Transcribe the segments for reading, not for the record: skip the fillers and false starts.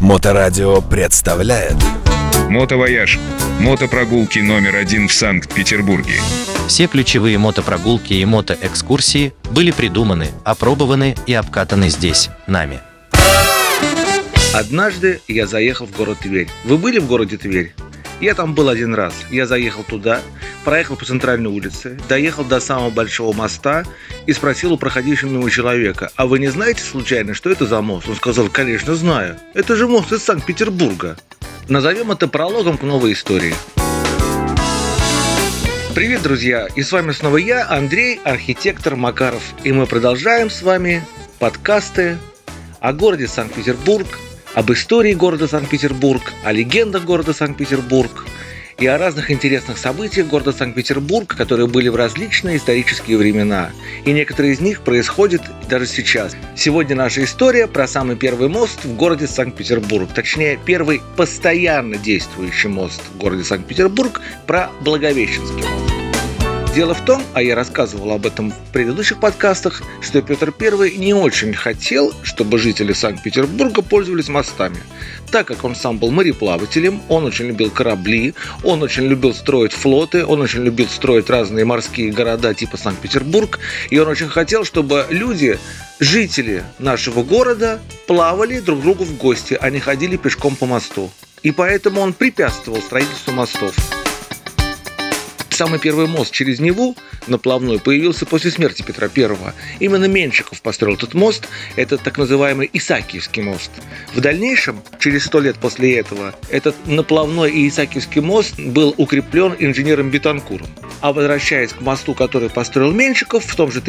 Моторадио представляет Мотовояж. Мотопрогулки номер 1 в Санкт-Петербурге. Все ключевые мотопрогулки и мотоэкскурсии были придуманы, опробованы и обкатаны здесь, нами. Однажды я заехал в город Тверь. Вы были в городе Тверь? Я там был один раз. Я заехал туда, проехал по центральной улице, доехал до самого большого моста и спросил у проходившего мимо человека: а вы не знаете случайно, что это за мост? Он сказал: конечно, знаю. Это же мост из Санкт-Петербурга. Назовем это прологом к новой истории. Привет, друзья! И с вами снова я, Андрей, архитектор Макаров. И мы продолжаем с вами подкасты о городе Санкт-Петербург, об истории города Санкт-Петербург, о легендах города Санкт-Петербург и о разных интересных событиях города Санкт-Петербург, которые были в различные исторические времена. И некоторые из них происходят даже сейчас. Сегодня наша история про самый первый мост в городе Санкт-Петербург. Точнее, первый постоянно действующий мост в городе Санкт-Петербург, про Благовещенский мост. Дело в том, а я рассказывал об этом в предыдущих подкастах, что Петр I не очень хотел, чтобы жители Санкт-Петербурга пользовались мостами. Так как он сам был мореплавателем, он очень любил корабли, он очень любил строить флоты, он очень любил строить разные морские города типа Санкт-Петербург, и он очень хотел, чтобы люди, жители нашего города, плавали друг к другу в гости, а не ходили пешком по мосту. И поэтому он препятствовал строительству мостов. Самый первый мост через Неву, наплавной, появился после смерти Петра I. Именно Меншиков построил этот мост, это так называемый Исаакиевский мост. В дальнейшем, через 100 лет после этого, этот наплавной и Исаакиевский мост был укреплен инженером Бетанкуром. А возвращаясь к мосту, который построил Меншиков, в том же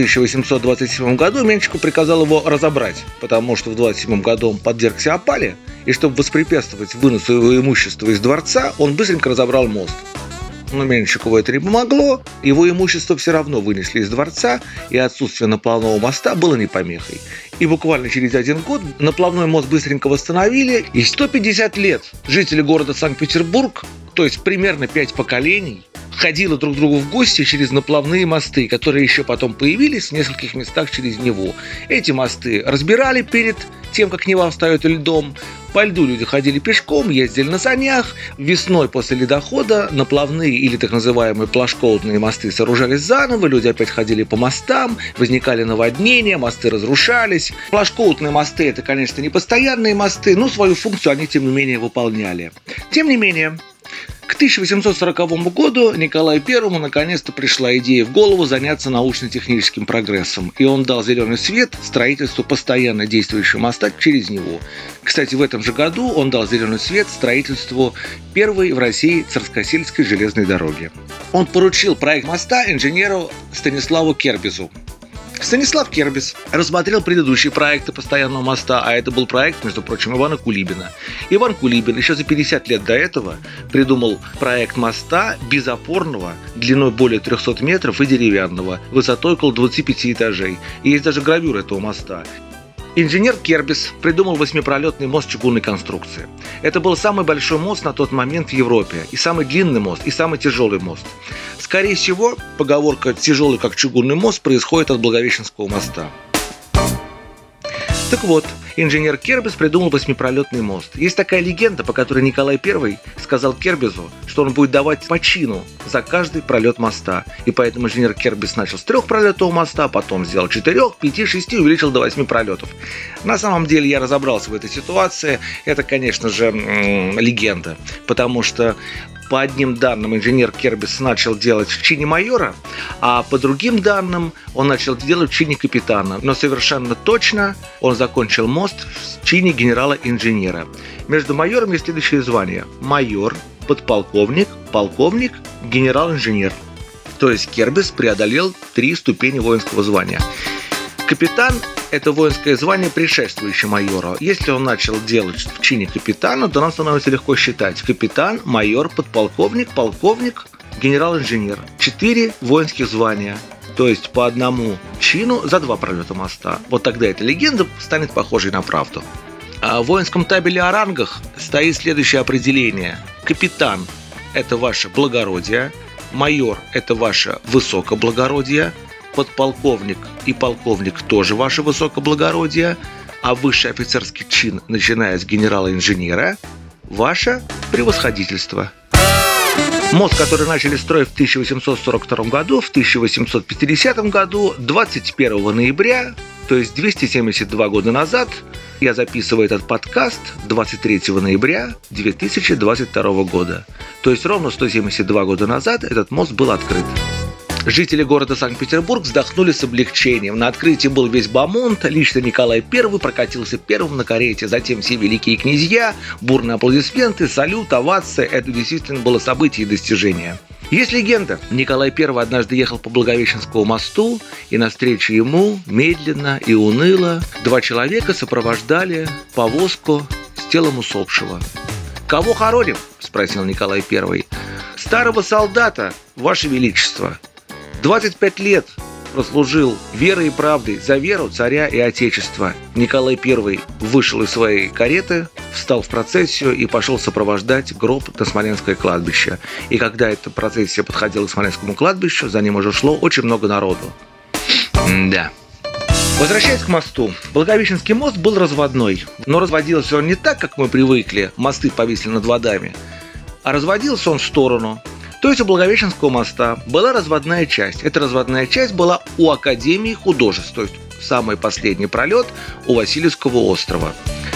1827 году Меншиков приказал его разобрать, потому что в 27 году он подвергся опале, и чтобы воспрепятствовать выносу его имущества из дворца, он быстренько разобрал мост. Но Меншикову это не помогло, его имущество все равно вынесли из дворца, и отсутствие наплавного моста было не помехой. И буквально через 1 год наплавной мост быстренько восстановили, и 150 лет жители города Санкт-Петербург, то есть примерно 5 поколений, ходило друг к другу в гости через наплавные мосты, которые еще потом появились в нескольких местах через Неву. Эти мосты разбирали перед тем, как Нева встает льдом. По льду люди ходили пешком, ездили на санях. Весной после ледохода наплавные или так называемые плашкоутные мосты сооружались заново, люди опять ходили по мостам, возникали наводнения, мосты разрушались. Плашкоутные мосты — это, конечно, не постоянные мосты, но свою функцию они, тем не менее, выполняли. Тем не менее, к 1840 году Николаю I наконец-то пришла идея в голову заняться научно-техническим прогрессом, и он дал зеленый свет строительству постоянно действующего моста через Неву. Кстати, в этом же году он дал зеленый свет строительству первой в России Царскосельской железной дороги. Он поручил проект моста инженеру Станиславу Кербезу. Станислав Кербез рассмотрел предыдущие проекты постоянного моста, а это был проект, между прочим, Ивана Кулибина. Иван Кулибин еще за 50 лет до этого придумал проект моста безопорного, длиной более 300 метров и деревянного, высотой около 25 этажей. И есть даже гравюра этого моста. Инженер Кербез придумал 8-пролетный мост чугунной конструкции. Это был самый большой мост на тот момент в Европе, и самый длинный мост, и самый тяжелый мост. Скорее всего, поговорка «тяжелый как чугунный мост» происходит от Благовещенского моста. Так вот, инженер Кербез придумал 8-пролетный мост. Есть такая легенда, по которой Николай I сказал Кербезу, что он будет давать по чину за каждый пролет моста. И поэтому инженер Кербез начал с 3-пролетного моста, потом сделал 4, 5, 6 и увеличил до 8 пролетов. На самом деле я разобрался в этой ситуации. Это, конечно же, легенда, потому что по одним данным инженер Кербез начал делать в чине майора, а по другим данным он начал делать в чине капитана. Но совершенно точно он закончил мост в чине генерала-инженера. Между майором есть следующее звание: майор, подполковник, полковник, генерал-инженер. То есть Кербез преодолел 3 ступени воинского звания. Капитан – это воинское звание, предшествующее майору. Если он начал делать в чине капитана, то нам становится легко считать: капитан, майор, подполковник, полковник, генерал-инженер. 4 воинских звания, то есть по одному чину за 2 пролета моста. Вот тогда эта легенда станет похожей на правду. А в воинском табеле о рангах стоит следующее определение: капитан – это ваше благородие, майор – это ваше высокоблагородие, подполковник и полковник тоже ваше высокоблагородие, а высший офицерский чин, начиная с генерала-инженера, ваше превосходительство. Мост, который начали строить в 1842 году, в 1850 году, 21 ноября, то есть 272 года назад, я записываю этот подкаст 23 ноября 2022 года. То есть ровно 172 года назад этот мост был открыт. Жители города Санкт-Петербург вздохнули с облегчением. На открытии был весь бомонд, лично Николай I прокатился первым на карете, затем все великие князья, бурные аплодисменты, салют, овации. Это действительно было событие и достижение. Есть легенда. Николай I однажды ехал по Благовещенскому мосту, и навстречу ему, медленно и уныло, два человека сопровождали повозку с телом усопшего. «Кого хороним?» – спросил Николай I. «Старого солдата, Ваше Величество. 25 лет прослужил верой и правдой за веру царя и отечества». Николай I вышел из своей кареты, встал в процессию и пошел сопровождать гроб на Смоленское кладбище. И когда эта процессия подходила к Смоленскому кладбищу, за ним уже шло очень много народу. Да. Возвращаясь к мосту. Благовещенский мост был разводной. Но разводился он не так, как мы привыкли, мосты повисли над водами, а разводился он в сторону. То есть у Благовещенского моста была разводная часть. Эта разводная часть была у Академии художеств, то есть самый последний пролет у Васильевского острова.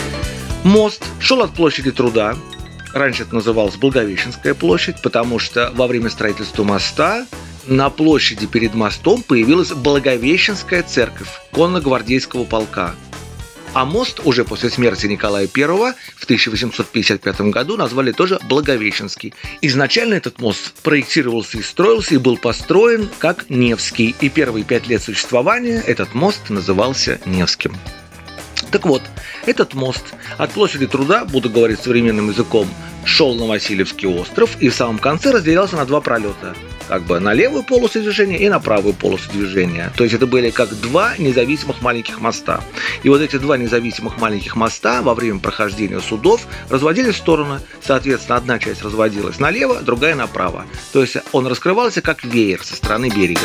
Мост шел от площади Труда. Раньше это называлось Благовещенская площадь, потому что во время строительства моста на площади перед мостом появилась Благовещенская церковь конногвардейского полка. А мост уже после смерти Николая I в 1855 году назвали тоже Благовещенский. Изначально этот мост проектировался и строился и был построен как Невский. И первые 5 лет существования этот мост назывался Невским. Так вот, этот мост от площади Труда, буду говорить современным языком, шел на Васильевский остров и в самом конце разделялся на два пролета. Как бы на левую полосу движения и на правую полосу движения. То есть это были как два независимых маленьких моста. И вот эти два независимых маленьких моста во время прохождения судов разводились в стороны. Соответственно, одна часть разводилась налево, другая направо. То есть он раскрывался как веер со стороны берега.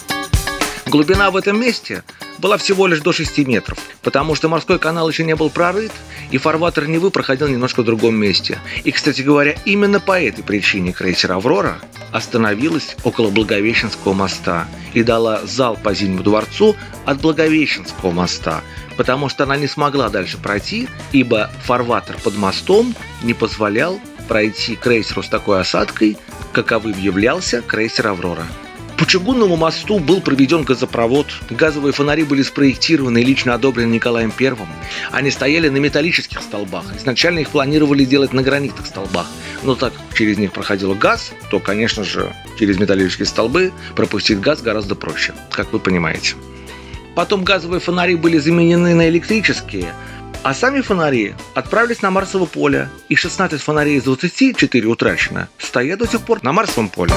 Глубина в этом месте была всего лишь до 6 метров, потому что морской канал еще не был прорыт, и фарватер Невы проходил немножко в другом месте. И, кстати говоря, именно по этой причине крейсер «Аврора» остановилась около Благовещенского моста и дала залп по Зимнему дворцу от Благовещенского моста, потому что она не смогла дальше пройти, ибо фарватер под мостом не позволял пройти крейсеру с такой осадкой, каковым являлся крейсер «Аврора». По чугунному мосту был проведен газопровод, газовые фонари были спроектированы и лично одобрены Николаем I. Они стояли на металлических столбах. Изначально их планировали делать на гранитных столбах. Но так как через них проходил газ, то, конечно же, через металлические столбы пропустить газ гораздо проще, как вы понимаете. Потом газовые фонари были заменены на электрические, а сами фонари отправились на Марсово поле. И 16 фонарей из 24 утрачено стоят до сих пор на Марсовом поле.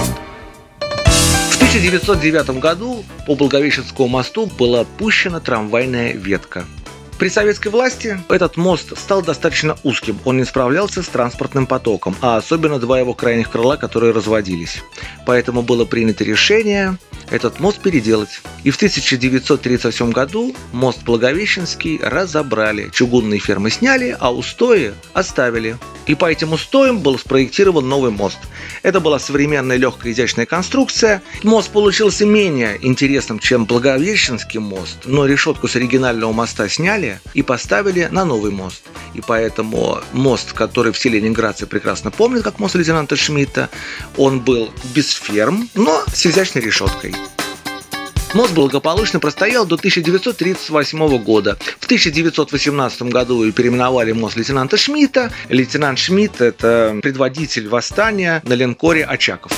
В 1909 году по Благовещенскому мосту была пущена трамвайная ветка. При советской власти этот мост стал достаточно узким, он не справлялся с транспортным потоком, а особенно два его крайних крыла, которые разводились. Поэтому было принято решение этот мост переделать. И в 1938 году мост Благовещенский разобрали, чугунные фермы сняли, а устои оставили. И по этим устоям был спроектирован новый мост. Это была современная легкая изящная конструкция. Мост получился менее интересным, чем Благовещенский мост, но решетку с оригинального моста сняли и поставили на новый мост. И поэтому мост, который все ленинградцы прекрасно помнят, как мост лейтенанта Шмидта, он был без ферм, но с изящной решеткой. Мост благополучно простоял до 1938 года. В 1918 году его переименовали мост лейтенанта Шмидта. Лейтенант Шмидт – это предводитель восстания на линкоре «Очаков».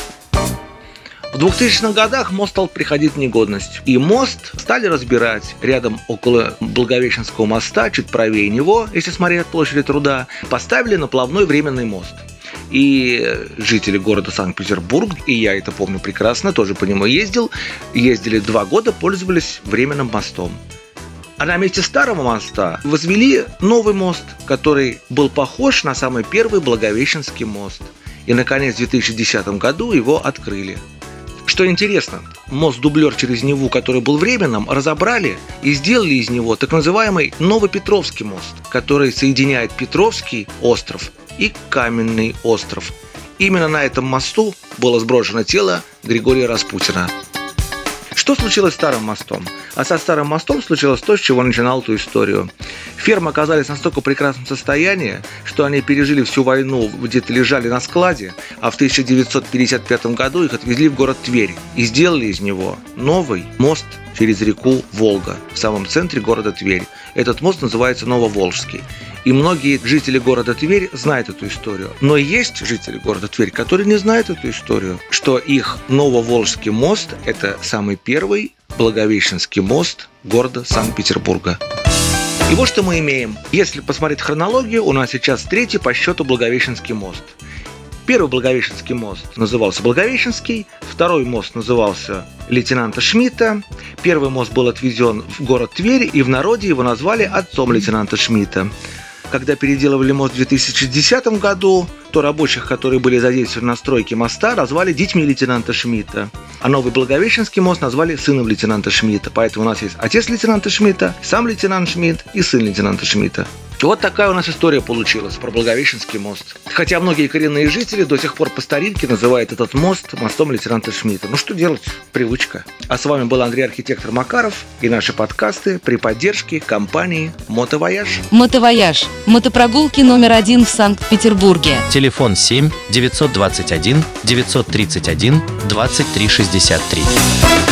В 2000-х годах мост стал приходить в негодность. И мост стали разбирать. Рядом около Благовещенского моста, чуть правее него, если смотреть от площади Труда, поставили наплавной временный мост. И жители города Санкт-Петербург, и я это помню прекрасно, тоже по нему ездили 2 года, пользовались временным мостом. А на месте старого моста возвели новый мост, который был похож на самый первый Благовещенский мост. И, наконец, в 2010 году его открыли. Что интересно, мост-дублер через Неву, который был временным, разобрали и сделали из него так называемый Новопетровский мост, который соединяет Петровский остров и Каменный остров. Именно на этом мосту было сброшено тело Григория Распутина. Что случилось с Старым мостом? А со Старым мостом случилось то, с чего начинал эту историю. Фермы оказались в настолько прекрасном состоянии, что они пережили всю войну, где-то лежали на складе, а в 1955 году их отвезли в город Тверь и сделали из него новый мост через реку Волга в самом центре города Тверь. Этот мост называется Нововолжский. И многие жители города Тверь знают эту историю. Но есть жители города Тверь, которые не знают эту историю, что их Нововолжский мост – это самый первый Благовещенский мост города Санкт-Петербурга. И вот что мы имеем. Если посмотреть хронологию, у нас сейчас третий по счету Благовещенский мост. Первый Благовещенский мост назывался Благовещенский, второй мост назывался лейтенанта Шмидта. Первый мост был отвезен в город Тверь, и в народе его назвали отцом лейтенанта Шмидта. Когда переделывали мост в 2010 году, то рабочих, которые были задействованы на стройке моста, назвали детьми лейтенанта Шмидта. А новый Благовещенский мост назвали сыном лейтенанта Шмидта. Поэтому у нас есть отец лейтенанта Шмидта, сам лейтенант Шмидт и сын лейтенанта Шмидта. Вот такая у нас история получилась про Благовещенский мост. Хотя многие коренные жители до сих пор по старинке называют этот мост мостом лейтенанта Шмидта. Ну что делать? Привычка. А с вами был Андрей Архитектор Макаров и наши подкасты при поддержке компании «Мотовояж». «Мотовояж» – мотопрогулки номер 1 в Санкт-Петербурге. Телефон 7 921 931 2363.